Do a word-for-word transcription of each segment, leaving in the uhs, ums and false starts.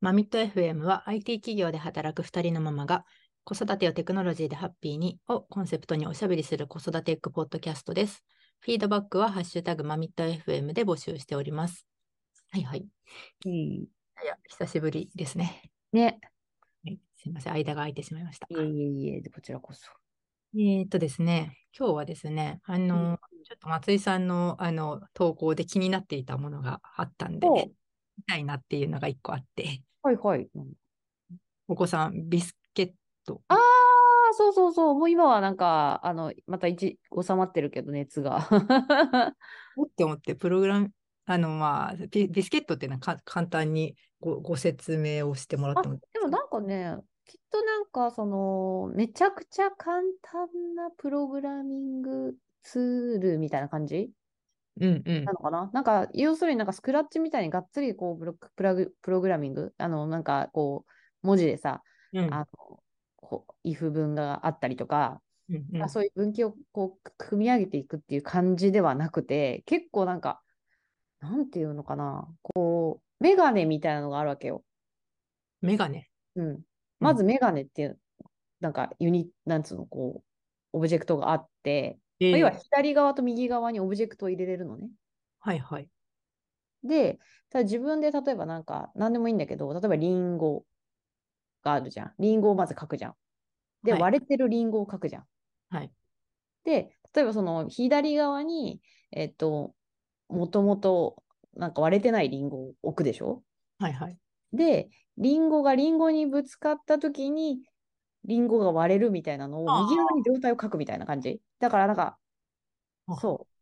マミット エフエム は アイティー 企業で働くふたりのママが子育てをテクノロジーでハッピーにをコンセプトにおしゃべりする子育てエッグポッドキャストです。フィードバックはハッシュタグマミット エフエム で募集しております。はいはい。 いいいや、久しぶりですね。 ね。 はい、すいません。間が空いてしまいました。 いえいえいえ、こちらこそ。 えーっとですね、今日はですね、あの、ちょっと松井さんの、あの投稿で気になっていたものがあったんで、 お、 見たいなっていうのが一個あって、 はいはい。 お子さん、ビスケット。 ああ、そうそうそう。もう今はなんか、あの、また一、収まってるけど、熱が。 おって思って、プログラム、あの、まあ、ビ、ビスケットっていうのはか簡単にご、ご説明をしてもらってもいいあ、 ですか？ でもなんかね、きっとなんか、その、めちゃくちゃ簡単なプログラミングツールみたいな感じうんうん。 なのかな。なんか、要するになんかスクラッチみたいにがっつりこうブロックプラグ、プログラミング、あの、なんかこう、文字でさ、 うん。 あの、こう、if 文があったりとか、 うんうん。 あそういう分岐をこう、組み上げていくっていう感じではなくて、結構なんか、なんていうのかな、こう、メガネみたいなのがあるわけよ。 メガネ。 うん。 うん。 まずメガネっていう、なんかユニ、なんつうの、こう、オブジェクトがあって、まあ、要はえー、 左側と右側にオブジェクトを入れれるのね。 はいはい。 で、ただ自分で例えばなんか、なんでもいいんだけど、例えばリンゴがあるじゃん。リンゴをまず書くじゃん。で、 はい。 割れてるリンゴを書くじゃん。 はい。 で、例えばその左側に、えっと、もともとなんか割れてないリンゴを置くでしょ。 はいはい。 で、リンゴがリンゴにぶつかった時に、リンゴが割れるみたいなのを、右側にあ状態を書くみたいな感じ。だからなんか、 あ。 そう、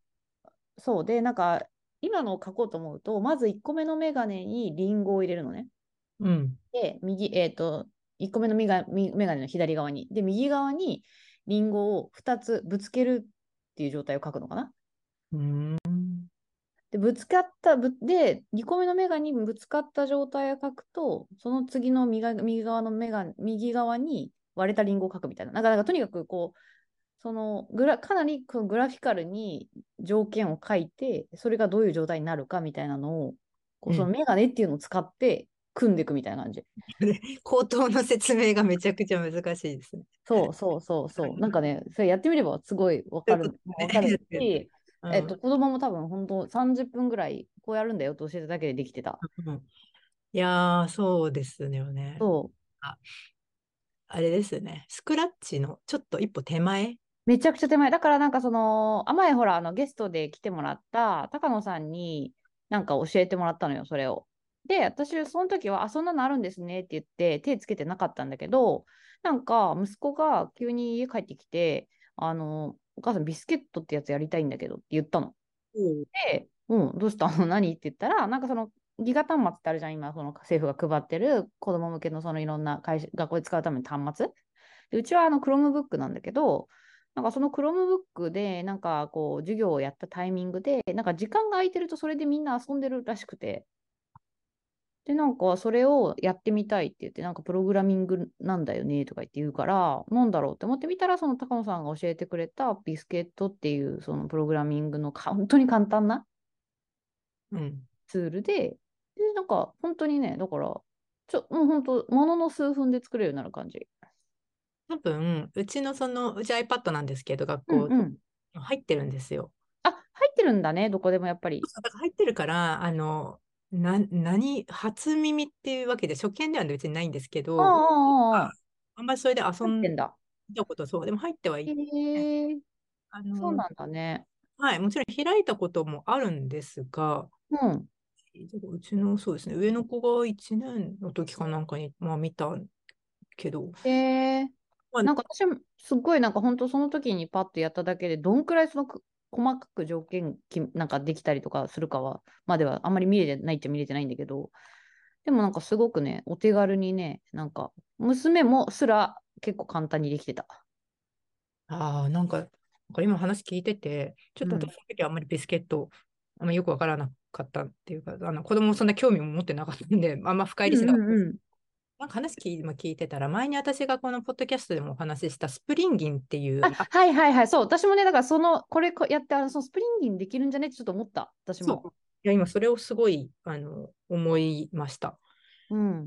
そうで、なんか、今のを書こうと思うと、まずいっこめのメガネにリンゴを入れるのね。 うん。 で、右、えっと、いっこめのメガメガネの左側に。で、右側にリンゴをふたつぶつけるっていう状態を書くのかな。 うーん。 で、ぶつかった、ぶで、にこめのメガにぶつかった状態を書くと、その次の右が右側のメガ、右側に割れたリンゴを書くみたいな。なんか、なんかとにかくこう、そのグラ、かなりこうグラフィカルに条件を書いて、それがどういう状態になるかみたいなのを、こうそのうん。 メガネっていうのを使って組んでいくみたいな感じ。 口頭の説明がめちゃくちゃ難しいですね。 そうそうそうそう。なんかね、それやってみればすごいわかる、 そういうことわかるですね。 し、 うん。 えっと、子供も多分本当さんじゅっぷんぐらいこうやるんだよと教えただけでできてた。 うん、いやー、そうですよね。 そう。 あ、あれですね。スクラッチのちょっと一歩手前。 めちゃくちゃ手前。だからなんかその、あ、前ほら、あのゲストで来てもらった高野さんになんか教えてもらったのよ、それを。で、私、その時は、あ、そんなのあるんですねって言って手つけてなかったんだけど、なんか息子が急に家帰ってきて、あの、お母さんビスケットってやつやりたいんだけどって言ったの。 うんで、うん、どうしたの何って言ったら、なんかその、ギガ端末ってあるじゃん、今、その政府が配ってる子供向けのそのいろんな会社、学校で使うための端末。で、うちはあの、Chromebook なんだけど、なんかその Chromebook で、なんかこう、授業をやったタイミングで、なんか時間が空いてるとそれでみんな遊んでるらしくて、で、なんかそれをやってみたいって言って、なんかプログラミングなんだよねとか言って言うから、なんだろうって思ってみたら、その高野さんが教えてくれたビスケットっていうそのプログラミングのか本当に簡単なうん。 ツールで、で、なんか本当にね、だから、ちょ、もう本当、ものの数分で作れるようになる感じ。 多分、うちのその、うち iPad なんですけど、学校うんうん。 入ってるんですよ。 あ、入ってるんだね、どこでもやっぱり。 だから入ってるから、あの、な、何、初耳っていうわけで、初見では別にないんですけああ、 ど、 ああ、ああ、 あんまりそれで遊ん入ってんだ。 だこと、そう、でも入ってはいて、 へえ、 あの、 そうなんだね。 はい、もちろん開いたこともあるんですが、 うん。 うちの、そうですね、上の子がいちねんの時かなんかに、まあ見たけど、 へえ、 まあ、 なんか私もすっごいなんか本当その時にパッとやっただけで、どんくらいそのく細かく条件きなんかできたりとかするかは、まではあんまり見れてないっちゃ見れてないんだけど、でもなんかすごくね、お手軽にね、なんか娘もすら結構簡単にできてた。 ああ、なんか、なんか今話聞いてて、ちょっとうん。 私の時はあんまりビスケット、あんまよくわからなかったっていうか、あの子供もそんな興味も持ってなかったんで、あんま深入うんりしなかったです。 うんうん。 なんか話聞い、まあ聞いてたら、前に私がこのポッドキャストでもお話ししたスプリンギンっていう、 あ、はいはいはい。そう。私もね、だからその、これこやって、あの、そのスプリンギンできるんじゃねってちょっと思った。私も。 そう。いや、今それをすごい、あの、思いました。 うん。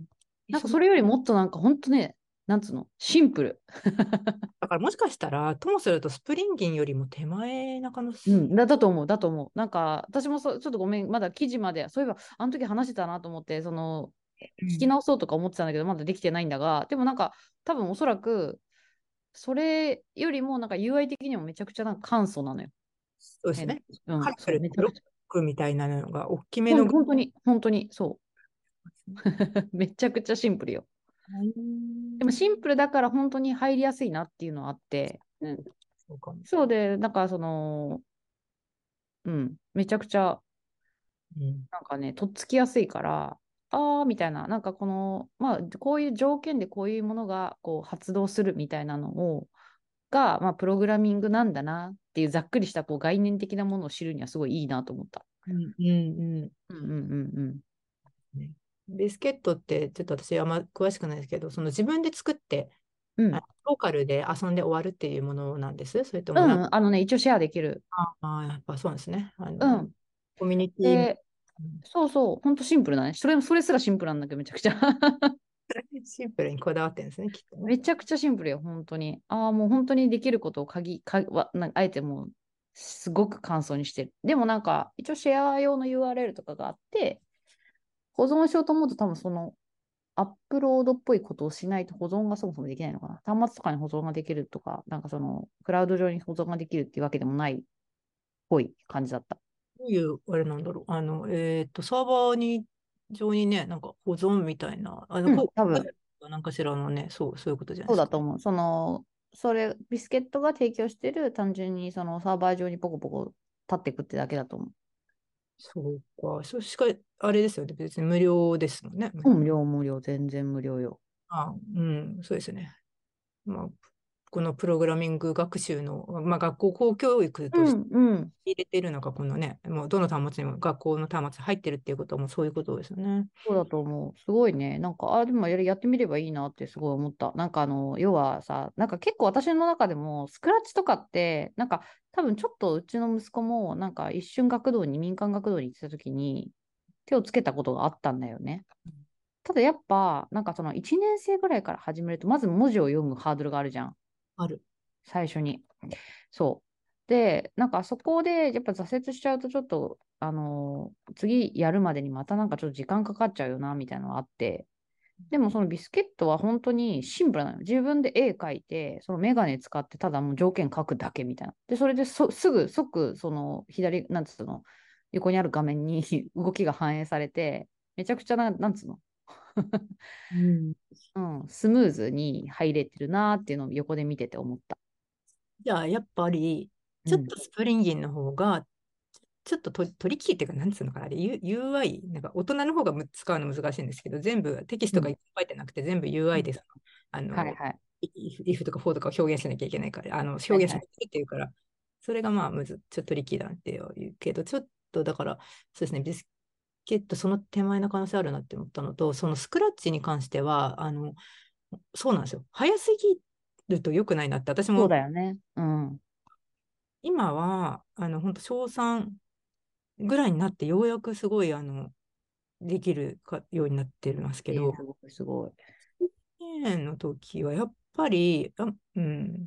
なんかそれよりもっとなんか本当ね、なんつうの、シンプル。 だからもしかしたら、ともするとスプリンギンよりも手前な可能性。 うん、だ、だと思う、だと思う。なんか、私もそちょっとごめん、まだ記事まで、そういえば、あの時話してたなと思って、その、聞きうん。 直そうとか思ってたんだけど、まだできてないんだが、でもなんか、多分おそらく、それよりも、なんか ユーアイ 的にもめちゃくちゃなんか簡素なのよ。変。 そうですね。 うん、そう、 カラフルなめちゃくちゃ。 ブロックみたいなのが大きめほん、 のグ本当に、本当に、そラスね。 う。めちゃくちゃシンプルよ。 うーでもシンん。 プルだから本当に入りやすいなっていうのはあって、うん、 そうかも。 そうで、なんかその、うん、めちゃくちゃうん。 なんかね、とっつきやすいから、あーみたいな、なんかこの、まあ、こういう条件でこういうものがこう発動するみたいなのを、が、まあ、プログラミングなんだなっていうざっくりしたこう概念的なものを知るにはすごいいいなと思った。 うんうんうん。 うんうんうんうん。 ね、ビスケットってちょっと私あんま詳しくないですけど、その自分で作ってあうん。 ローカルで遊んで終わるっていうものなんです。それとうもなんか、 ん、あのね、一応シェアできる。 ああ、やっぱそうなんですね。あの、 うん。 コミュニティ、 で、 うん、 そうそう、ほんとシンプルだね。それ、それすらシンプルなんだけど、めちゃくちゃ。 シンプルにこだわってるんですね、きっとね。 めちゃくちゃシンプルよ、本当に。ああ、もう本当にできることを鍵、かは、なんかあえてもう、すごく簡素にしてる。でもなんか、一応シェア用の ユーアールエル とかがあって、保存しようと思うと多分その、アップロードっぽいことをしないと保存がそもそもできないのかな。端末とかに保存ができるとか、なんかその、クラウド上に保存ができるっていうわけでもないっぽい感じだった。 どういうあれなんだろう。あの、えっと、サーバーに、上にね、なんか保存みたいな、あの、 うん、 こ多分。 う、なんかしらのね、そう、そういうことじゃないですか。 そうだと思う。その、それ、ビスケットが提供してる単純にそのサーバー上にポコポコ立っていくってだけだと思う。 そうか。そしか、あれですよね。別に無料ですもんね。 うん、無料無料、全然無料よ。 あ、うん、そうですね。まあ、このプログラミング学習の、まあ、学校公教育としてうん、うん。 入れてるのが、このね、もうどの端末にも学校の端末入ってるっていうことはもうそういうことですよね。 そうだと思う。すごいね。なんか、あ、でもやれやってみればいいなってすごい思った。なんかあの、要はさ、なんか結構私の中でも、スクラッチとかって、なんか多分ちょっとうちの息子も、なんか一瞬学童に、民間学童に行ってた時に、手をつけたことがあったんだよね。ただやっぱ、なんかそのいちねん生ぐらいから始めると、まず文字を読むハードルがあるじゃん。 ある。 最初に。そう。で、なんかそこでやっぱ挫折しちゃうとちょっと、あのー次やるまでにまたなんかちょっと時間かかっちゃうよな、みたいなのがあって、でもそのビスケットは本当にシンプルなのよ。自分で絵描いて、そのメガネ使ってただもう条件書くだけみたいな。で、それでそすぐ即その左、なんつうの、横にある画面に動きが反映されて、めちゃくちゃな、なんつうの、 うん。 うん、スムーズに入れてるなーっていうのを横で見てて思った。 じゃあ、やっぱり、ちょっうん。 とスプリンギンの方が、ちょっとトトリッキーっていうか、なんつうのかな、あれ、ユ ユーアイ、なんか大人の方がむ使うの難しいんですけど、全部テキスうん。 トがいっぱいってなくて、全部うユーアイん。 でその、あの、 はいはい。 if, if とか for とかを表現しなきゃいけないから、あの、表現しなきゃはいはい。 いけないっていうから、それがまあ、むず、ちょっとトリッキーだっていうけど、ちょっとだから、そうですね、ビスケット、その手前の可能性あるなって思ったのと、そのスクラッチに関しては、あの、そうなんですよ。早すぎると良くないなって、私そうもだよね。うん。 今は、あの、本当小さんぐらいになってようやくすごい、あの、できるかようになってますけど、 えーすごいすごい。 にねんの時はやっぱり、あ、うん、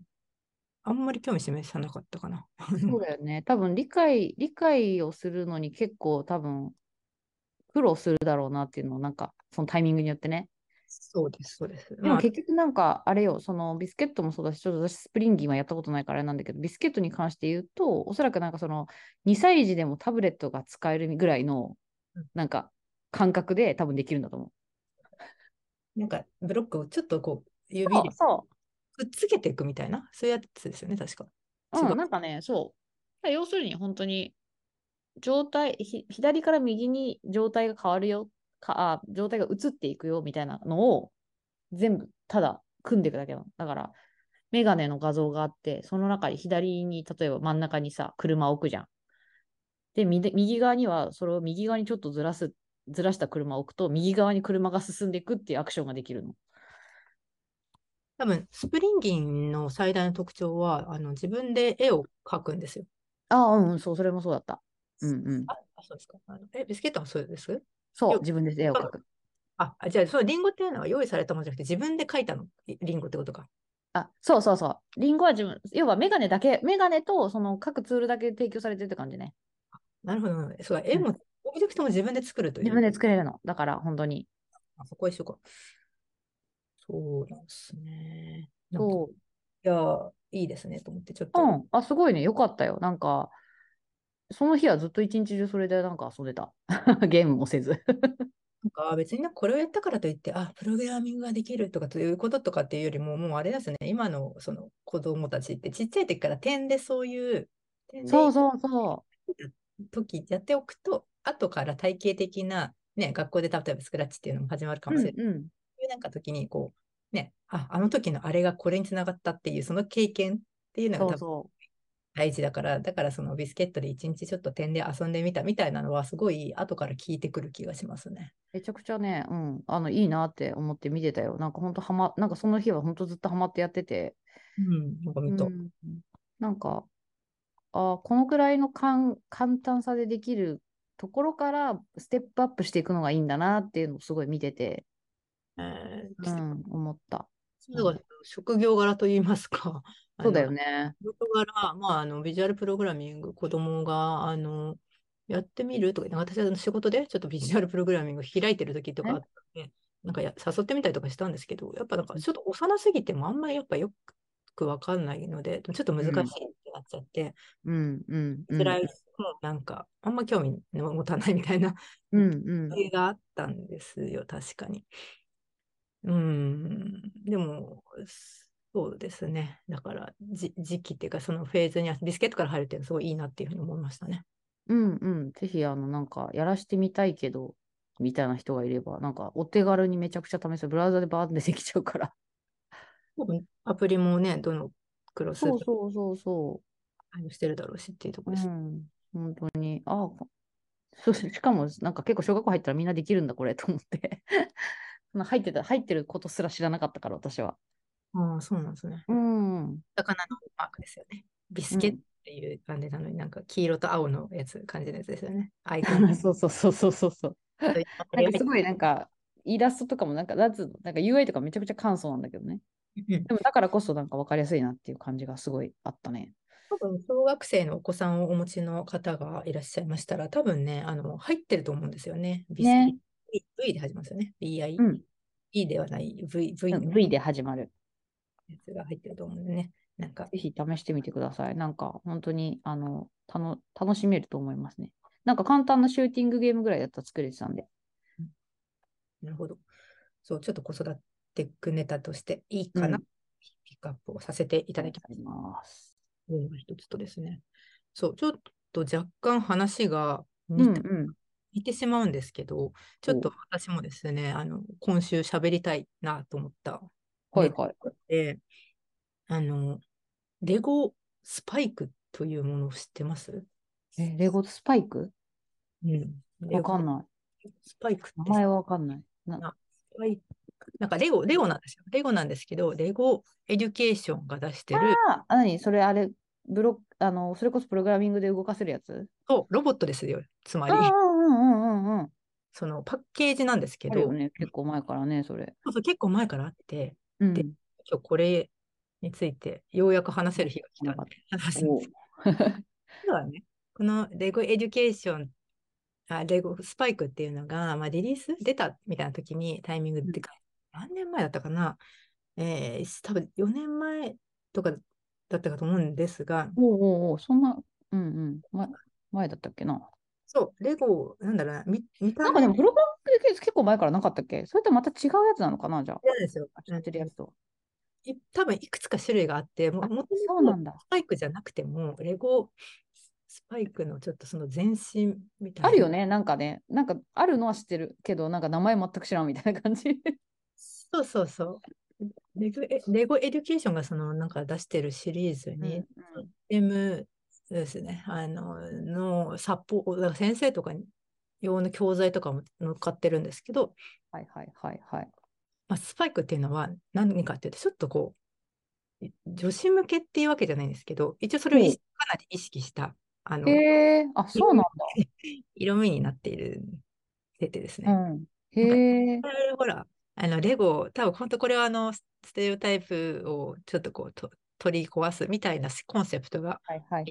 あんまり興味示さなかったかな。あのそうだよね。多分理解、理解をするのに結構多分苦労するだろうなっていうのをなんかそのタイミングによってね。 そうです、そうです。 でもまあ、 結局なんかあれよ、そのビスケットもそうだし、ちょっと私スプリンギーはやったことないからあれなんだけど、ビスケットに関して言うと、おそらくなんかそのにさい児でもタブレットが使えるぐらいのなんか感覚で多分できるんだと思う。 なんかブロックをちょっとこう、指でそうそくっつけていくみたいな、そういうやつですよね、確か。 う。 違う。 うん、なんかね、そう。要するに本当に状態、ひ左から右に状態が変わるよ、か、あ、状態が移っていくよみたいなのを全部ただ組んでいくだけなの。だから、メガネの画像があって、その中に左に、例えば真ん中にさ、車を置くじゃん。で、右右側には、それを右側にちょっとずらす、ずらした車を置くと、右側に車が進んでいくっていうアクションができるの。 多分、スプリンギンの最大の特徴は、あの、自分で絵を描くんですよ。 ああ、うん、そう、それもそうだった。うんうん。 あ、あそうですか。あのえ、ビスケットもそうですそう、 よ。 自分で絵を描く。 あ、あじゃあ、そのリンゴっていうのは用意されたものじゃなくて、自分で書いたの、リリンゴってことか。 あ、そうそうそう。リンゴは自分、要はメガネだけ、メガネとその各ツールだけ提供されてるって感じね。 なるほどなるほど。そう、絵うん。 も、オブジェクトも自分で作ると自分いう。 で作れるの。だから本当に。 あ、そこは一緒か。そうなんですね。なんか、 そいや、いいですねと思って、ちょっう。 と。 うん。あ、すごいね。よかったよ。なんか、その日はずっと一日中それでなんか遊んでた。ゲームもせず。 なんか別になんかこれをやったからといって、あ、プログラミングができるとかということとかっていうよりも、もうあれですね、今のその子供たちってちっちゃい時から点でそういう、点でそうそうそ時やっておくと、後から体系的な、ね、学校で例えばスクラッチっていうのも始まるかう。 もしれない。 うんうん。 そういうなんか時にこう、ね、あ、あの時のあれがこれにつながったっていう、その経験っていうのが多分そうそ大事だから、だからそのビスケットで一日ちょっと点で遊んでみたみたいなのは、すごい後から聞いてくる気がしますね。 う。めちゃくちゃね、うん。あの、いいなって思って見てたよ。なんか本当はま、なんかその日は本当ずっとハマってやってて。 うん、なんか見た。 うん。なんか、あ、このくらいのかん簡単さでできるところからステップアップしていくのがいいんだなっていうのをすごい見てて、 えー、 うん、思った。うん、 だから職業柄といいますか、あそうだの、 よね。 仕事柄、まあ、あの、ビジュアルプログラミング、子供が、あの、やってみるとか、私は仕事でちょっとビジュアルプログラミング開いてる時とかあね。 ったんで、なんかや誘ってみたりとかしたんですけど、やっぱなんかちょっと幼すぎてもあんまりやっぱよくわかんないので、ちょっと難しいうん、 ってなっちゃって、 うん、うん、うん、 辛いもなんか、あんま興味持たないみたいな、 うん、うん、 があったんですよ、確かに。うん、でも、そうですね。だから、じ時期っていうか、そのフェーズにはビスケットから入るっていうのはすごいいいなっていうふうに思いましたね。 うん、うん。ぜひ、あの、なんか、やらしてみたいけど、みたいな人がいれば、なんか、お手軽にめちゃくちゃ試せる。ブラウザでバーってできちゃうから。 多分、アプリもね、どのクロスそうそうそうそ対応してるだろうしっていうとこう。 ろです。 うん、本当に。あ、そうししかも、なんか結構小学校入ったらみんなできるんだ、これ、と思ってその入ってた、入ってることすら知らなかったから、私は。 ああ、そうなんですね。 うん。うん。 魚のマークですよね。ビスケットっていう感じなのになんか黄色と青のやつ、感じのやつですよね。アイコン。 そうそうそうそうそうそう。 そういうあれが入ってなんかすごいなんか、イラストとかもなんか、なんつうの、なんか ユーアイ とかめちゃくちゃ簡素なんだけどね。 る。 でもだからこそなんか分かりやすいなっていう感じがすごいあったね。 多分、小学生のお子さんをお持ちの方がいらっしゃいましたら、多分ね、あの、入ってると思うんですよね。ビス、 ね。 ビ V で始まるんですよね。ビーアイ、 うん。 E ではない V、V うん、 の V で始まる。 やつが入ってると思うんでね。なんか、 ぜひ試してみてください。なんか本当にあのたの楽しめると思いますね。なんか簡単なシューティングゲームぐらいだったら作れてたんで。 なるほど。そう、ちょっと子育てネタとしていいかな、 うん。 ピックアップをさせていただきあります。 ます。一つとですね。そう、ちょっと若干話が似た、 うんうん。 似てしまうんですけど、ちょっお、 と私もですね、あの、今週喋りたいなと思ったネタはいはい。 で、あの、レゴスパイクというものを知ってます？ え、レゴスパイク、 うん。レゴわかんない。 スパイクってさ、 名前はわかんない。な、 なスパイクなんかレゴ、レゴなんですよ。レゴなんですけど、レゴエデュケーションが出してる、 あ、あ、何それあれ、ブロック、あの、それこそプログラミングで動かせるやつ。 そう、ロボットですよ。つまうんうり、 んうんうんうんうん。 そのパッケージなんですけど、 あるよね。結構前からね、それ。 そうそう、結構前からあって、で、 うん。 今日これについてようやく話せる日が来たんで、 なかった。 話すんでおう。 す。実はね、このレゴエデュケーション、あ、レゴスパイクっていうのが、まあ、リリース出たみたいな時にタイミングってか、何年前だったかな、えー、多分よねんまえとかだったかと思うんですが、 おうおうおう、そんな、うんうん。ま、前だったっけな。 そう、レゴ、なんだろうな、見、見た目なんかでも、プログラムで結構前からなかったっけ、それとまた違うやつなのかな、じゃあ。 なんですよ。 あ、知っうんとてるやつと。 い多分いくつか種類があって、も、 あ、 もともとそうなんだ。 スパイクじゃなくても、レゴスパイクのちょっとその前身みたいな。 あるよね、なんかね。なんかあるのは知ってるけど、なんか名前全く知らんみたいな感じ。 そうそうそう。レゴ、えレゴエデュケーションがそのなんか出してるシリーズに、 うんうん。 エムですね、あの、のサポ、だから先生とかに用の教材とかも載っかってるんですけど、 はいはいはいはい。 まあ、スパイクっていうのは何かっていうと、ちょっとこう、女子向けっていうわけじゃないんですけど、一応それを意ほ識かなり意識した、あう。 の、 へえ、あ、そうなんだ。 色味色味になっている、出てですね。 うん。 なんか、 へえ。 ほら、あの、レゴ、多分本当これはあの、ステレオタイプをちょっとこうと取り壊すみたいなコンセプトがはいはいあって、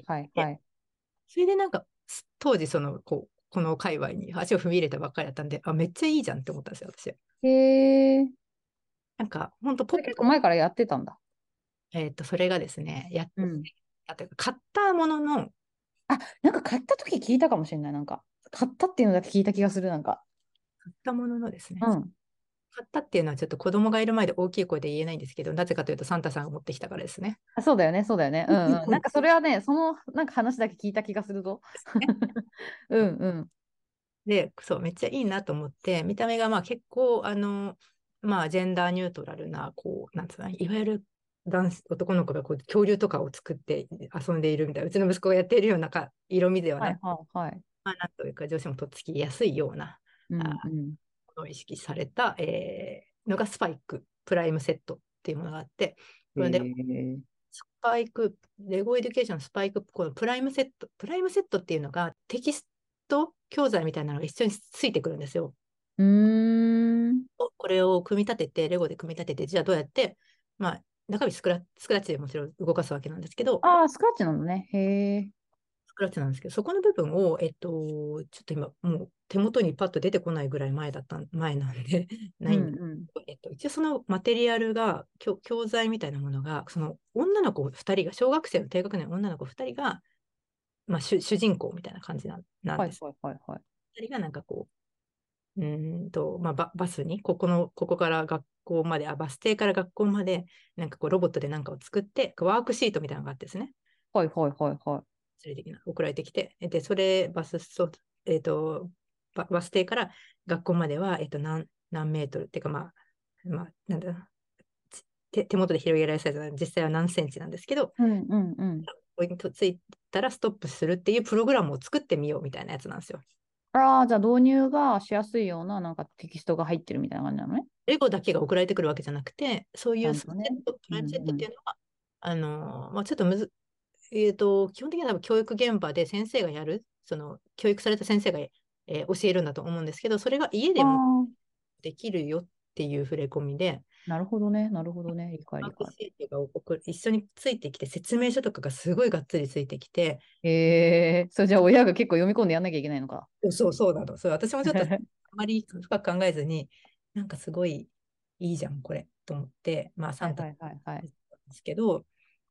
はいはい。 それでなんか、当時その、こう、この界隈に足を踏み入れたばっかりだったんで、あ、めっちゃいいじゃんって思ったんですよ、私。 へえ。 なんか、本当ポそれ結構ップ、 前からやってたんだ。 えっと、それがですね、やっ、 うん。 あというか買ったものの、 あ、なんか買った時聞いたかもしれない。なんか、買ったっていうのだけ聞いた気がする。なんか。 買ったもののですね、 うん。 買ったっていうのはちょっと子供がいる前で大きい声で言えないんですけど、なぜかというとサンタさんが持ってきたからですね。 あ、そうだよね、そうだよね。うんうん。なんかそれはね、そのなんか話だけ聞いた気がするぞ。うんうん。 で、そう、めっちゃいいなと思って、見た目がまあ結構、あの、まあ、ジェンダーニュートラルな、こう、なんつうの、いわゆる男子、男の子がこう恐竜とかを作って遊んでいるみたいな、うちの息子がやっているようなか色味ではなく、 はいはいはい。 まあ、なんというか、女子もとっつきやすいような、 うあんうん。 ものを意識された、えーのがスパイク、プライムセットっていうものがあって、 へそれで、 え。 スパイク、レゴエデュケーションのスパイク、このプライムセット、プライムセットっていうのがテキスト教材みたいなのが一緒についてくるんですよ。 うーん。 これを組み立てて、レゴで組み立てて、じゃあどうやって、まあ、中身スクラスクラッチでもちろん動かすわけなんですけど、 ああ、スクラッチなんだね。へえ。 スクラッチなんですけど、そこの部分を、えっと、ちょっと今、もう手元にパッと出てこないぐらい前だった、前なんでなういんだけんうん。 ど、えっと、一応そのマテリアルが、教教材みたいなものが、その女の子ふたりが、小学生の低学年の女の子ふたりが、まあ、主主人公みたいな感じなんなんです。 はいはいはいはい。 ふたりがなんかこう、うーんと、まあ、ババスに、ここの、ここから学校まで、あ、バス停から学校まで、なんかこう、ロボットでなんかを作って、ワークシートみたいなのがあってですね、 はいはいはいはい。 それ的な、送られてきて、で、それ、バス、そう、えっと、ババス停から学校までは、えっと、何、何メートルっていうか、まあ、まあ、なんだろうな、手、手元で広げられるサイズは実際は何センチなんですけど、 うんうんうん。 ポイントついたらストップするっていうプログラムを作ってみようみたいなやつなんですよ。 ああ、じゃあ導入がしやすいようななんかテキストが入ってるみたいな感じなのね。 レゴだけが送られてくるわけじゃなくて、そういうセッちゃんとね。 ト、プうんライムセットうん。 っていうのは、あの、まあ、ちょっとむず、えっと、基本的には多分教育現場で先生がやる、その、教育された先生が、えー教えるんだと思うんですけど、それが家あでもあ、 できるよっていう触れ込みで、 なるほどね。なるほどね。理解ワーク理解。 シートが送る一緒についてきて、説明書とかがすごいがっつりついてきて、 ええ、それじゃあ親が結構読み込んでやんなきゃいけないのか。 そうそうなの。そう、私もちょっとあまり深く考えずに、なんかすごいいいじゃん、これ、と思って、まあ、サンタはいはいはいはい。 ですけど、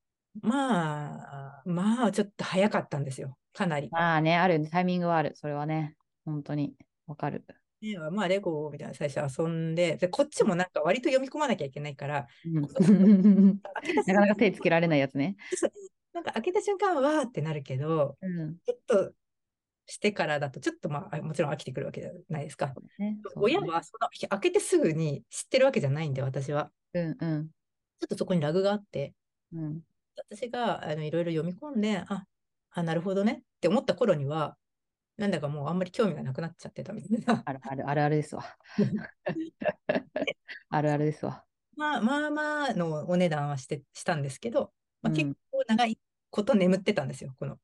まあ、まあ、ちょっと早かったんですよ。かなり。 まあね、あるね、タイミングはある。それはね。本当に。わかる。 でまあ、レゴみたいな最初遊んで、で、こっちもなんか割と読み込まなきゃいけないから、 うん。 開けたなかなか瞬間、 手つけられないやつね。 なんか開けた瞬間、わーってなるけど、 うん。 ちょっとしてからだと、ちょっとまあ、もちろん飽きてくるわけじゃないですか。 そうだね。そうだ親ね。 はその開けてすぐに知ってるわけじゃないんで、私は。 うんうん。 ちょっとそこにラグがあって、 うん。 私があのいろいろ読み込んで、あ、あ、なるほどねって思った頃には、なんだかもうあんまり興味がなくなっちゃってたみたいな。 あるあるあるあるですわ。あるあるですわ。 まあまあまあのお値段はして、したんですけど、まあ、結うん。 構長いこと眠ってたんですよ、この。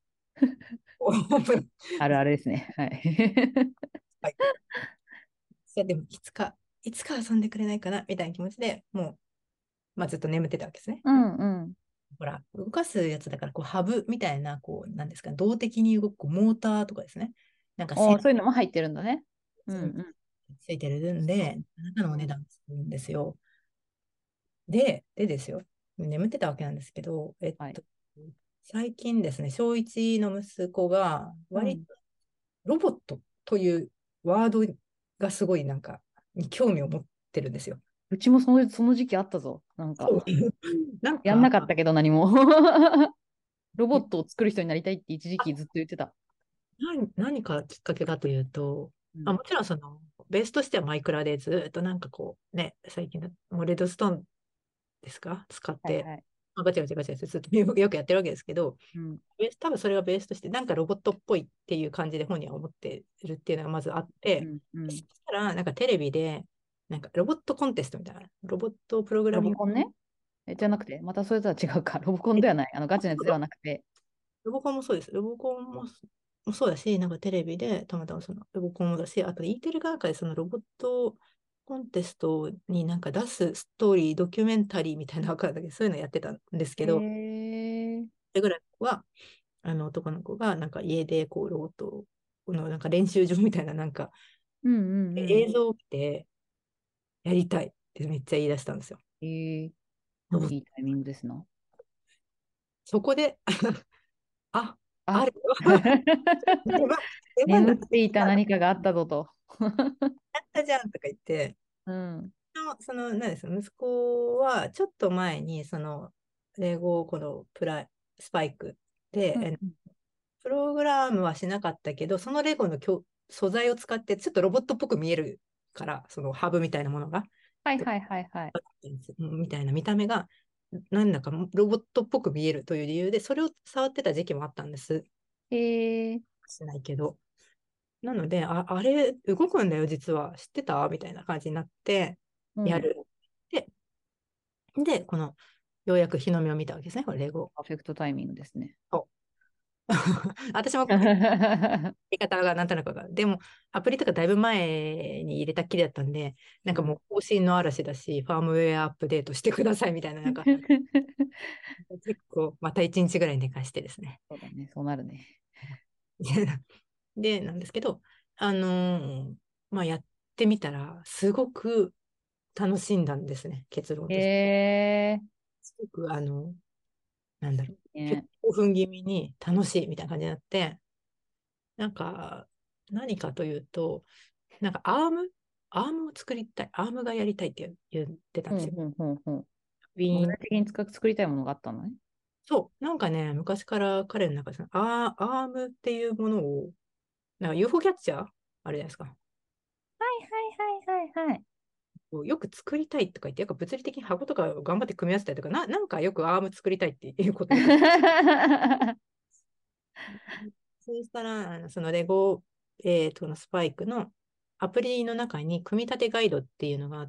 あるあるですね。はい。 はい、でもいつか、いつか遊んでくれないかなみたいな気持ちでもう、まあ、ずっと眠ってたわけですね。 うんうん。 ほら、動かすやつだから、こう、ハブみたいな、こう、なんですか、動的に動くこうモーターとかですね。なんか線おー、そういうのも入ってるんだね。うんうん。 ついてるんで、あなたのお値段するんですよ。で、でですよ。眠ってたわけなんですけど、えっはい。 と、最近ですね、小いちの息子が、割とうん。 ロボットというワードがすごいなんか、に興味を持ってるんですよ。 うちもその、その時期あったぞ。なんそう。 か、 なんやんなか、 かったけど何も。ロボットを作る人になりたいって一時期ずっと言ってた。 何、何かきっかけかというと、あ、 うん。 もちろんその、ベースとしてはマイクラでずっとなんかこう、ね、最近だ、もうレッドストーンですか使って、 はいはい。 まあ、ガチャガチャガチャってずっとよくやってるわけですけど、 うん。 ベース多分それがベースとして、なんかロボットっぽいっていう感じで本人は思ってるっていうのがまずあって、 うんうん。 そしたら、なんかテレビで、なんかロボットコンテストみたいな、ロボットプログラミング、 ロボコンね。え、じゃなくて、またそれとは違うか。ロボコンではない。あの、ガチなやつではなくて。 ロボコンもそうです。ロボコンももそうだし、なんかテレビでたまたまそのロボコンもだし、あと E テレがなんかでそのロボットコンテストになんか出すストーリー、ドキュメンタリーみたいなのがあるんだけど、そういうのやってたんですけへど、 え。 それぐらいは、あの男の子がなんか家でこうロボットのなんか練習場みたいななんかうんうんうん。 映像を見てやりたいってめっちゃ言い出したんですよ。 ええ。 そういいタイミングですな。 そこで、あ、ああ、 るよ。出番、出番だっ眠っていた何かがあったぞと。 たじゃんとか言って、 うん。 のその、なんですか、息子はちょっと前に、その、英語、このプライ、スパイクで、えうんうん。 プログラムはしなかったけど、そのレゴのきょ素材を使って、ちょっとロボットっぽく見えるから、そのハブみたいなものが、 はいはいはいはい。 みたいな見た目が、なんだかロボットっぽく見えるという理由で、それを触ってた時期もあったんです。 へえ。 しないけど。なので、あ、あれ、動くんだよ、実は。知ってたみたいな感じになって、 うん。 やる。で、で、この、ようやく日の目を見たわけですね、これ、レゴ。 パーフェクトタイミングですね。 そう私もう言い方がなんとなくわかる。でも、アプリとかだいぶ前に入れたっきりだったんで、なんかもん。 う更新の嵐だし、ファームウェアアップデートしてくださいみたいな、なんか、結構、またいちにちぐらい寝かしてですね。 そうだね、そうなるね。 で、なんですけど、あのーまあ、やってみたら、すごく楽しんだんですね、結論へとして。 え。 すごく、あの、なんだろう、結ね。 構興奮気味に楽しいみたいな感じになって、なんか、何かというと、なんかアームアームを作りたい。アームがやりたいって言ってたんですよ。 ほんほんほんほん。 ウィーン。 具体的に作作りたいものがあったのね。 そう。なんかね、昔から彼の中でそのアー、アームっていうものを、なんか ユーフォー キャッチャーあるじゃないですか。 はいはいはいはいはい。 よく作りたいとか言って、やっぱ物理的に箱とか頑張って組み合わせたりとか、な、なんかよくアーム作りたいっていうことをよく。そうしたら、あのそのレゴ、えーと、のスパイクのアプリの中に組み立てガイドっていうのがあって、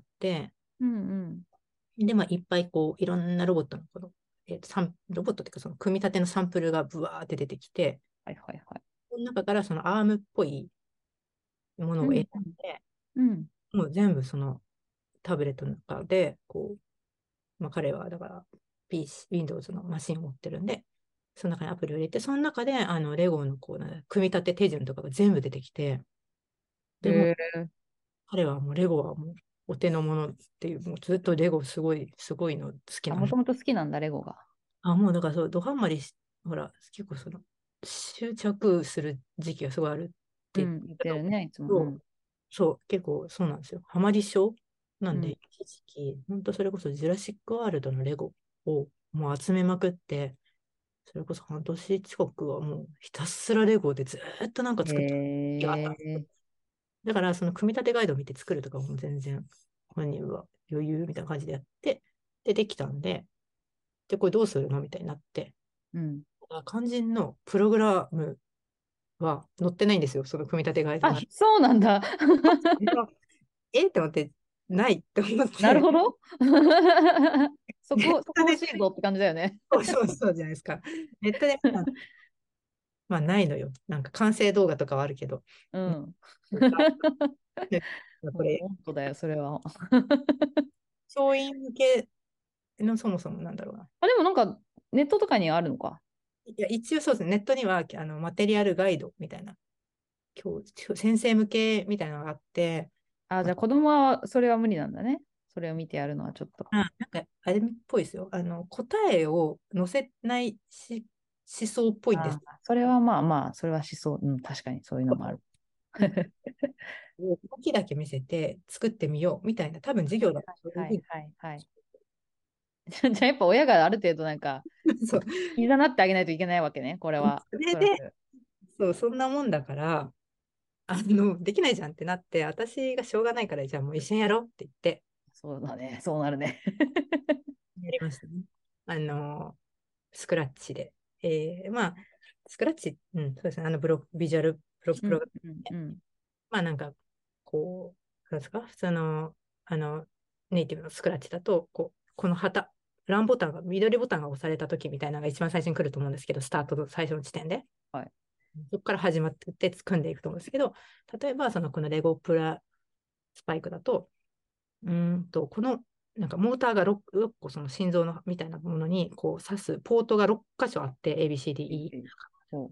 うんうん。 で、まあ、いっぱいこう、いろんなロボットのこの、えーと、サンロボットっていうか、その組み立てのサンプルがブワーって出てきて、 はいはいはい。 その中からそのアームっぽいものを選んうんで、 うん。 もう全部そのタブレットの中で、こう、まあ、彼はだから ピーシー、Windows のマシンを持ってるんで、その中にアプリを入れて、その中であのレゴのこう、ね、組み立て手順とかが全部出てきて、でもへえ。 彼はもうレゴはもうお手の物っていう、もうずっとレゴすごい、すごいの好きあ、 なの。 もともと好きなんだ、レゴが。 あ、もうだからそう、ドハンマりし、ほら、結構その、執着する時期がすごいあるって言っうん、言ったとてるね、いつも。うそう、 ん。 そう、結構そうなんですよ。ハマり症なんで、 うん。 一時期、本当それこそジュラシックワールドのレゴをもう集めまくって、それこそ半年近くはもうひたすらレゴでずーっとなんか作った時期があったんですよ。 へえ。 だからその組み立てガイドを見て作るとかも全然本人は余裕みたいな感じでやって、で、できたんで、で、これどうするのみたいになって、 うん。 肝心のプログラムは載ってないんですよ、その組み立てガイドあ、 の。 そうなんだ。 えって思って、ないって思って、 なるほど。そネッこ、そこトで、 欲しいぞって感じだよね。 そうそうそうじゃないですか。ネットで見たの、まあないのよ。なんか完成動画とかはあるけど。 うん。 これ、 もう本当だよ、それは。 教員向けのそもそもなんだろうな。 あ、でもなんか、ネットとかにあるのか。 いや、一応そうですね。ネットにはあのマテリアルガイドみたいな、教先生向けみたいなのがあって、 あ、じゃあ子供はそれは無理なんだね。それを見てやるのはちょっと。 あ、なんかあれっぽいですよ。あの答えを載せないし思想っぽいんです。 あ、それはまあまあ、それはしそう。うん、確かにそういうのもある。 動きだけ見せて作ってみようみたいな、多分授業だとそういうはいふうはいはい。じゃあやっぱ親がある程度なんか、 に。そう。 いざなってあげないといけないわけね、これは。 それで、 おそらく。 そう、そんなもんだから、あの、できないじゃんってなって、私がしょうがないから、じゃあもう一緒にやろうって言って、 そうだね、そうなるね。 やりましたね。あの、スクラッチで。えー、まあ、スクラッチ、うん、そうですね。あの、ブロビジュアルプロ、 うんプログラうんうん。 ム。まあ、なんか、こう、なんですか、普通の、あの、ネイティブのスクラッチだと、こう、この旗、ランボタンが、緑ボタンが押された時みたいなのが一番最初に来ると思うんですけど、スタートの最初の時点で。 はい。 そこから始まって組んでいくと思うんですけど、例えばそのこのレゴプラスパイクだと、うーんとこのなんかモーターが ろっ, ろっこその心臓のみたいなものにこう刺すポートがろっ箇所あって エービーシーディーイー。 ほ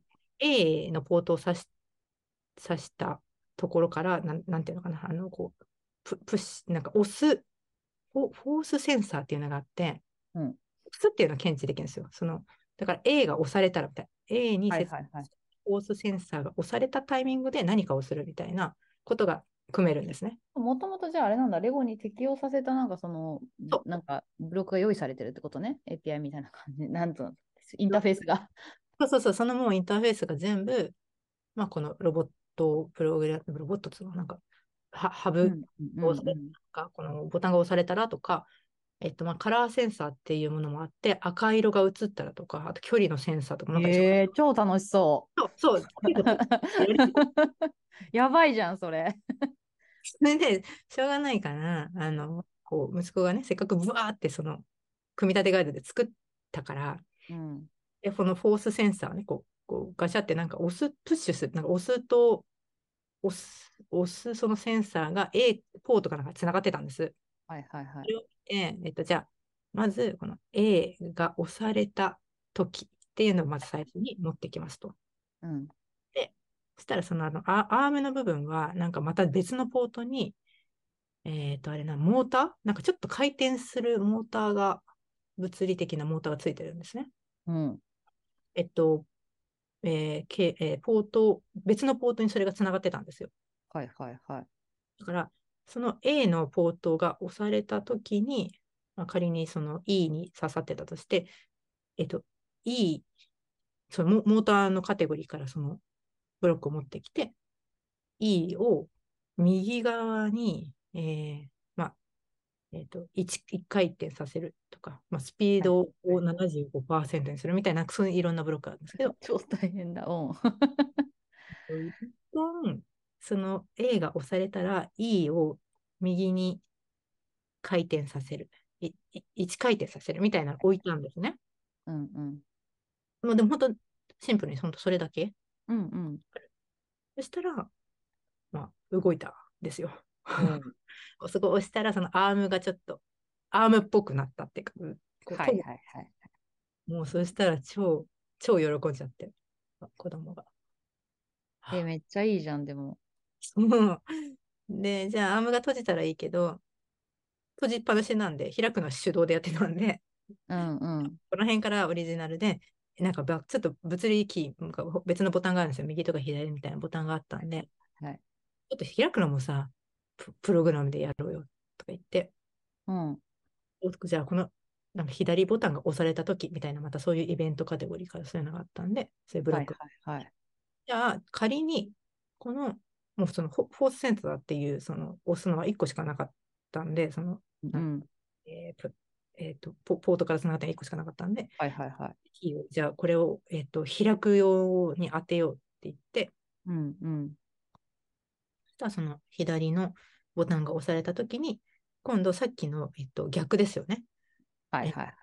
A のポートを刺し刺したところから、なん、なんていうのかな、あのこうププッシュ、なんか押すフォ、フォースセンサーっていうのがあって、 う。うん。 押すっていうのは検知できるんですよ。そのだから A が押されたらみたいな、A に接はいはいはい。 フォースセンサーが押されたタイミングで何かをするみたいなことが組めるんですね。 もともとじゃああれなんだ、レゴに適用させたなんかその、 そなんかブロックが用意されてるってことね。エーピーアイ みたいな感じ。なんと、インターフェースが。 うそうそう、そのもうインターフェースが全部、まあ、このロボットプログラム、ロボットっていうのはなんか、ハハブうんうを押されんうん。 たこのボタンが押されたらとか、えっと、まあ、カラーセンサーっていうものもあって、赤色が映ったらとか、あと距離のセンサーとか、なんかいろいえー、超楽しそろ、そう、結構う。 やりたい。 やばいじゃん、それ。 それで、しょうがないから、あの、こう、息子がね、せっかくブワーってその、組み立てガイドで作ったから、 うん。 で、このフォースセンサーね、こう、こうガシャってなんか押す、プッシュする、なんか押すと、押す、押すそのセンサーが A ポートかなんかつながってたんです。 はいはいはい。 それを見て、えっと、じゃあ、まず、この A が押された時っていうのをまず最初に持ってきますと。 うん。 で、そしたらそのあのアアームの部分は、なんかまた別のポートに、えっと、あれな、モーターなんかちょっと回転するモーターが、物理的なモーターがついてるんですね。 うん。 えっと、えーけえーポート、別のポートにそれがつながってたんですよ。 はいはいはい。 だから、その A のポートが押されたときに、まあ、仮にその E に刺さってたとして、えっと、E、そのモモーターのカテゴリーからそのブロックを持ってきて、E を右側に、えーまあ、えっと1、いち回転させるとか、まあ、スピーはいドをはい。 ななじゅうごパーセントにするみたいな、そういういろんなブロックがあるんですけど、 超大変だ。うん。 一旦、その A が押されたら E を右に回転させる。いいいち回転させるみたいなのを置いたんですね。 うんうん。 もうでも本当、シンプルに本当それだけ。 うんうん。 そしたら、まあ、動いたんですよ。 おう。 そこを押したら、そのアームがちょっと、アームっぽくなったっていうか、こうはい飛ぶ。 はいはい。 もうそしたら超、超喜んじゃって、子供が。 え、めっちゃいいじゃん、でも。 そうで、じゃあアームが閉じたらいいけど、閉じっぱなしなんで、開くのは手動でやってたんで、 うんうん。 この辺からオリジナルで、なんかばちょっと物理キー、なんか別のボタンがあるんですよ。右とか左みたいなボタンがあったんで、 はい。 ちょっと開くのもさ、ププログラムでやろうよとか言って、 うん。 おじゃあこのなんか左ボタンが押された時みたいな、またそういうイベントカテゴリーからそういうのがあったんで、そういうブはいロック。 はいはい。 じゃあ仮に、この、もうそのフォフォースセンサーっていう、その押すのはいっこしかなかったんで、その、なんうん。 えーとえーとポ、ポートからつながったのいっこしかなかったんで、 はいはいはい。 キーをじゃあこれを、えーと開くように当てようって言って、 うんうん。 そしたらその左のボタンが押されたときに、今度さっきの、えっと、逆ですよね。えはいはいはい。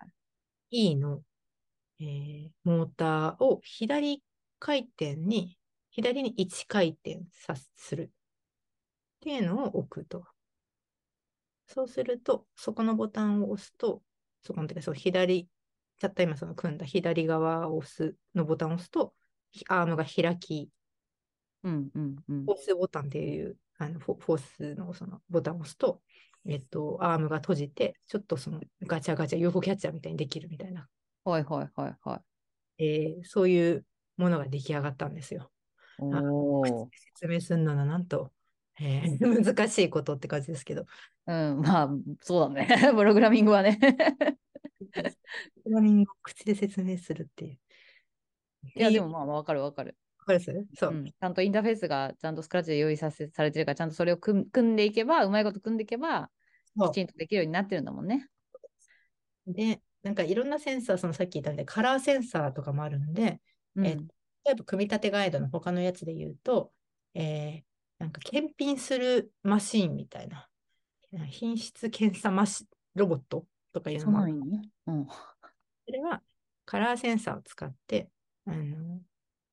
E の、えーモーターを左回転に、左にいち回転さするっていうのを置くと。そうすると、そこのボタンを押すと、そこの、そう左、たった今その組んだ左側を押すのボタンを押すと、アームが開き、 うんうんうん。 フォースボタンっていうあのフォフォースのそのボタンを押すと、えっと、アームが閉じて、ちょっとそのガチャガチャ ユーフォー キャッチャーみたいにできるみたいな、 はいはいはいはい。 えーそういうものが出来上がったんですよ。あ、 おー。 説明するのはなんと、えー難しいことって感じですけど、 うん、まあ、そうだね。プログラミングはね。 プログラミングを口で説明するっていう。っいや、 ていう、 でもまあ、わかるわかる。 わかりますそう。 うん。ちゃんとインターフェースがちゃんとスクラッチで用意させされてるから、ちゃんとそれを組ん組んでいけば、うまいこと組んでいけば、きそちんとできるようになってるんだもんね。 う。で、なんかいろんなセンサー、そのさっき言ったんで、カラーセンサーとかもあるんで、えーうん。 例えば組み立てガイドの他のやつで言うと、えーなんか検品するマシーンみたいな、品質検査マシロボットとかいうのそんもある。 なんいいの？うん。 それはカラーセンサーを使って、あの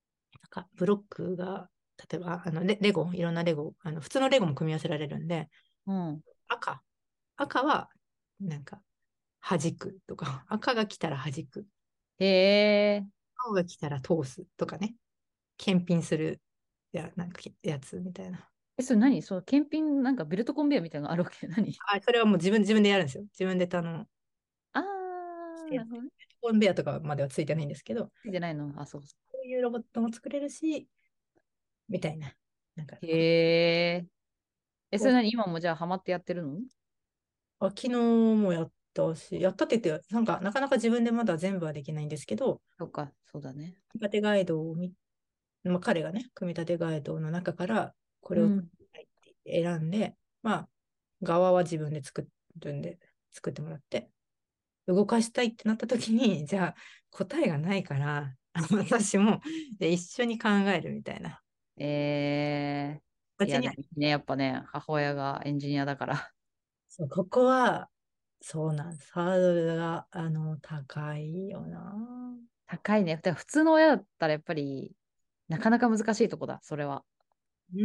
かブロックが、例えばあのレ、レゴ、いろんなレゴ、あの普通のレゴも組み合わせられるんで、 うん。 赤、赤はなんか弾くとか、赤が来たら弾く、 へえ。 青が来たら通すとかね、検品するや、なんかやつみたいな。 え、それ何そう、検品なんかベルトコンベヤーみたいなのがあるわけ何？ あ、それはもう自分、自分でやるんですよ。自分であの、 あー、なるほどね。 コンベヤーとかまではついてないんですけど、 ついてないのあ、そうそこういうロボットも作れるし、みたいな。なんかう。 こへえ。え、そう、 れ何今もじゃあハマってやってるの？ あ、昨日もやったし、やったって言って、なんかなかなか自分でまだ全部はできないんですけど、 そうか、そうだね。 組み立てガイドを見、まあ、彼がね、組み立てガイドの中からこれを作うん。 りたいって選んで、まあ、側は自分で作るんで、作ってもらって、動かしたいってなった時に、じゃあ答えがないから、あの私もで一緒に考えるみたいな。 えー、いや、でうちに、 もね、やっぱね、母親がエンジニアだから。 そう、ここは、そうなんです。ハードルが、あの、高いよな。 高いね。だから普通の親だったらやっぱり、なかなか難しいとこだ、それは。 うん。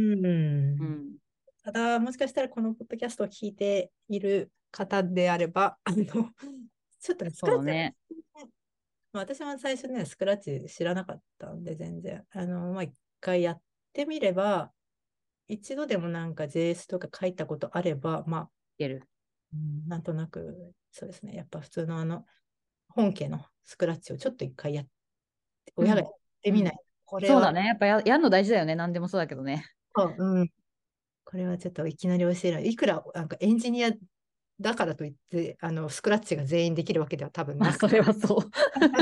うん。 ただ、もしかしたらこのポッドキャストを聞いている方であれば、あの、ちょっとね、スクラッチは、 そうね。 まあ私も最初ね、スクラッチ知らなかったんで、全然。あの、まあ、一回やってみれば、一度でもなんか ジェイエス とか書いたことあれば、まあ、 いける。 うん、なんとなく、そうですね。やっぱ普通のあの、本家のスクラッチをちょっと一回やって、 うん。 親がやってうん。 みない。これは、 そうだね。やっぱや、やるの大事だよね。何でもそうだけどね。 そううん、これはちょっといきなり教えない。いくらなんかエンジニアだからといって、あの、スクラッチが全員できるわけでは多分まあ、 なく、 それはそう。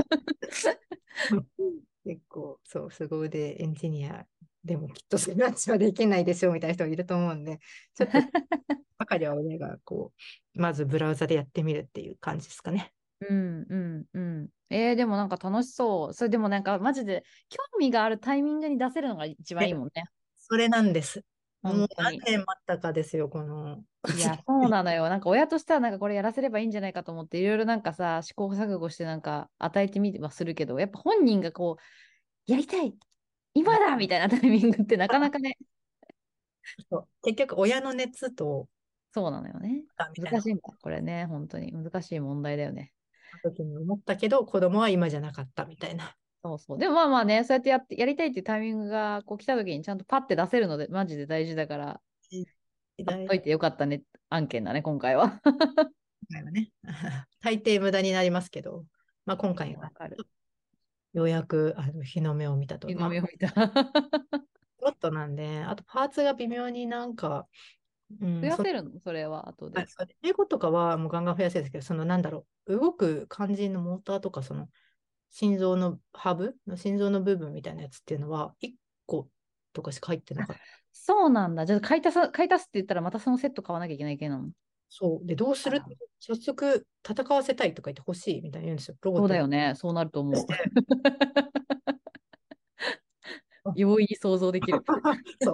結構、そう、凄腕エンジニアでもきっとスクラッチはできないでしょうみたいな人もいると思うんで、ちょっと、ばかりは親がこう、まずブラウザでやってみるっていう感じですかね。 うんうんうん。えー、でもなんか楽しそう。それでもなんかマジで興味があるタイミングに出せるのが一番いいで、 もんね。 それなんです。もう何本当に。 年待ったかですよ、この。 いや、そうなのよ。なんか親としてはなんかこれやらせればいいんじゃないかと思っていろいろなんかさ、試行錯誤してなんか与えてみてはするけど、やっぱ本人がこう、やりたい今だみたいなタイミングってなかなかね、 そう結局、親の熱と、 そうなのよね。 みたいな難しいんだ。これね、本当に難しい問題だよね。 時に思ったけど、子供は今じゃなかったみたいな。 そうそう。でもまあまあね、そうやってやって、やりたいっていうタイミングがこう来た時にちゃんとパッて出せるので、マジで大事だから、 時代買っといてよかったね、案件だね、今回は。 はね、大抵無駄になりますけど、まあ、今回はわかる。 ようやくあの日の目を見たと。 湯まあ、 飲みを見た。 ちょっとなんで、あとパーツが微妙になんか、うん、そ増やせるのそれは後で。 あそれ英語とかはもうガンガン増やせるんですけど、そのなんだろう、動く肝心のモーターとか、その心臓のハブの心臓の部分みたいなやつっていうのは、いっことかしか入ってなあ、 かった。 そうなんだ。じゃあ買い足さ、買い足すって言ったらまたそのセット買わなきゃいけない系なの？ そう。で、どうすあら、 るって、早速戦わせたいとか言ってほしいみたいな言うんですよ。ロボッそうトに。 だよね。そうなると思う。 して、 容易に想像できる。 そう。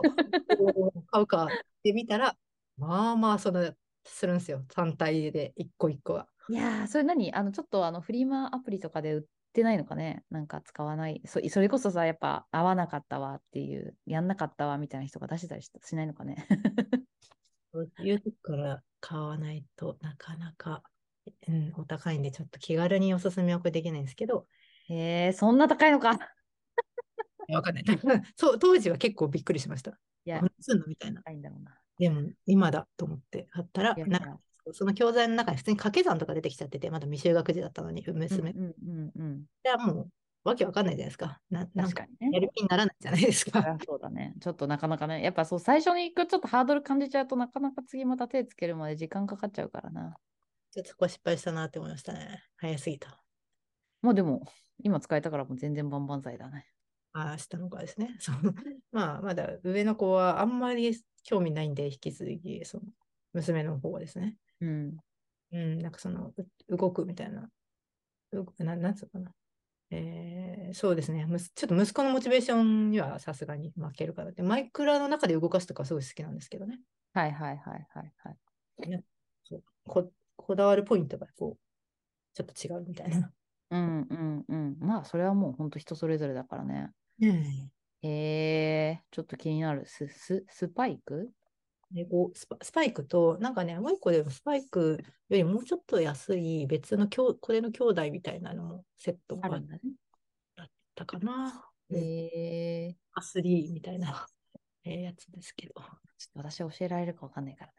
買うかって見たら、まあまあ、その、するんですよ。単体で、一個一個は。 いやー、それ何あの、ちょっとあの、フリマアプリとかで売ってないのかね？なんか使わない。そ、それこそさ、やっぱ合わなかったわっていう、やんなかったわみたいな人が出してたりし、しないのかね？ そういうとこから買わないとなかなか、うん、お高いんで、ちょっと気軽におすすめはこれできないんですけど、 えー、そんな高いのか。 いやわかんない。そう、当時は結構びっくりしました。 いや、 こんなすんのみたいな。 高いんだろうな。 でも、今だと思って買ったら、なんかいやいや。 その教材の中に普通に掛け算とか出てきちゃってて、まだ未就学児だったのに、娘。いうんうんうんうん。 や、もう、わけわかんないじゃないですか。な、なんか、 確かにね。 やる気にならないじゃないですか。 そりゃそうだね。ちょっとなかなかね。やっぱそう、最初に行くちょっとハードル感じちゃうとなかなか次また手つけるまで時間かかっちゃうからな。 ちょっとそこは失敗したなって思いましたね。早すぎた。 もうでも、今使えたからもう全然万々歳だね。 ああ、下の子はですね。そう。まあ、まだ上の子はあんまり興味ないんで、引き続き、その、娘の方はですね。 うん。 うん、なんかその、う動くみたいな、うななんつうのかな。えーそうですね。むすちょっと息子のモチベーションにはさすがに負けるからって、マイクラの中で動かすとかすごい好きなんですけどね。 はいはいはいはいはい。 ねそうこ、こだわるポイントがこう、ちょっと違うみたいな。 うんうんうん。まあ、それはもう本当人それぞれだからね。 ねえー、ちょっと気になる。ス、ス、スパイク。 レゴスパ、スパイクと、なんかね、もう一個でもスパイクよりもうちょっと安い別のきょう、これの兄弟みたいなのもセットがあっあるんだね。 たかな。うん、 えー、 アスリーみたいな、えーやつですけど。 ちょっと私教えられるかわかんないから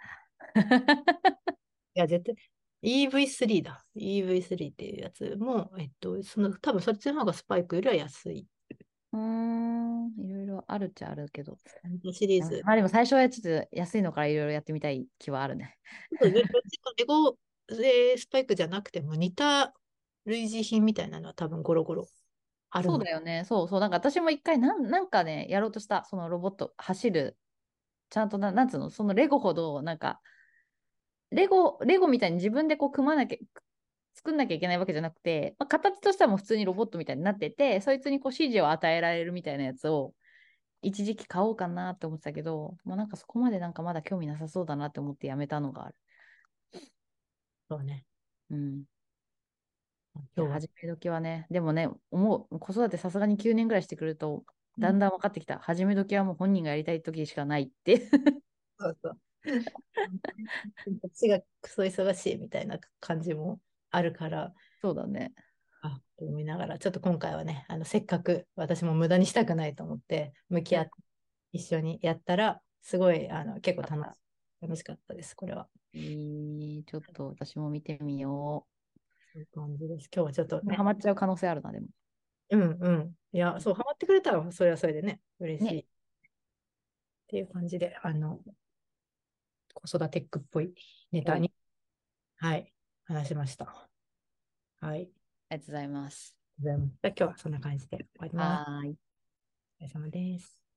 いや、絶対、イーブイスリー だ。イーブイスリー っていうやつも、えっと、その、多分そっちの方がスパイクよりは安い。 な。うーん、いろいろあるっちゃあるけど。 シリーズ。 まあでも最初はちょっと安いのからいろいろやってみたい気はあるね。 ちょっとレレゴでスパイクじゃなくても似た類似品みたいなのは多分ゴロゴロあるそうの。 だよね。そうそう。なんか私も一回なん、なんかね、やろうとした。そのロボット、走る。ちゃんとな、なんつうの、そのレゴほど、なんか、レゴ、レゴみたいに自分でこう組まなきゃ、作んなきゃいけないわけじゃなくて、まあ、形としてはもう普通にロボットみたいになってて、そいつにこう指示を与えられるみたいなやつを一時期買おうかなって思ってたけど、もうなんかそこまでなんかまだ興味なさそうだなって思ってやめたのがある。 そうね。 うん。いや、 今日は。 始め時はね、でもね、思う、子育てさすがにきゅうねんぐらいしてくると、 うん、 だんだん分かってきた。始め時はもう本人がやりたい時しかないって。 そうそう。こっちがクソ忙しいみたいな感じもあるから、 そうだね。 あ、と思いながら、ちょっと今回はね、あの、せっかく私も無駄にしたくないと思って、向きうん。 合って一緒にやったら、すごい、あの、結構楽しあった。 楽しかったです、これは。 えー、ちょっと私も見てみよそういう感じです。今日はちょっとう。 ね、 ハマっちゃう可能性あるな、でも。 うんうん。いや、そう、ハマってくれたら、それはそれでね、嬉しいね。 っていう感じで、あの、子育てックっぽいネおい、 タに、はい、話しました。はい。 ありがとうございます。 じゃあ今日はそんな感じで終わります。 はーい。 お疲れ様です。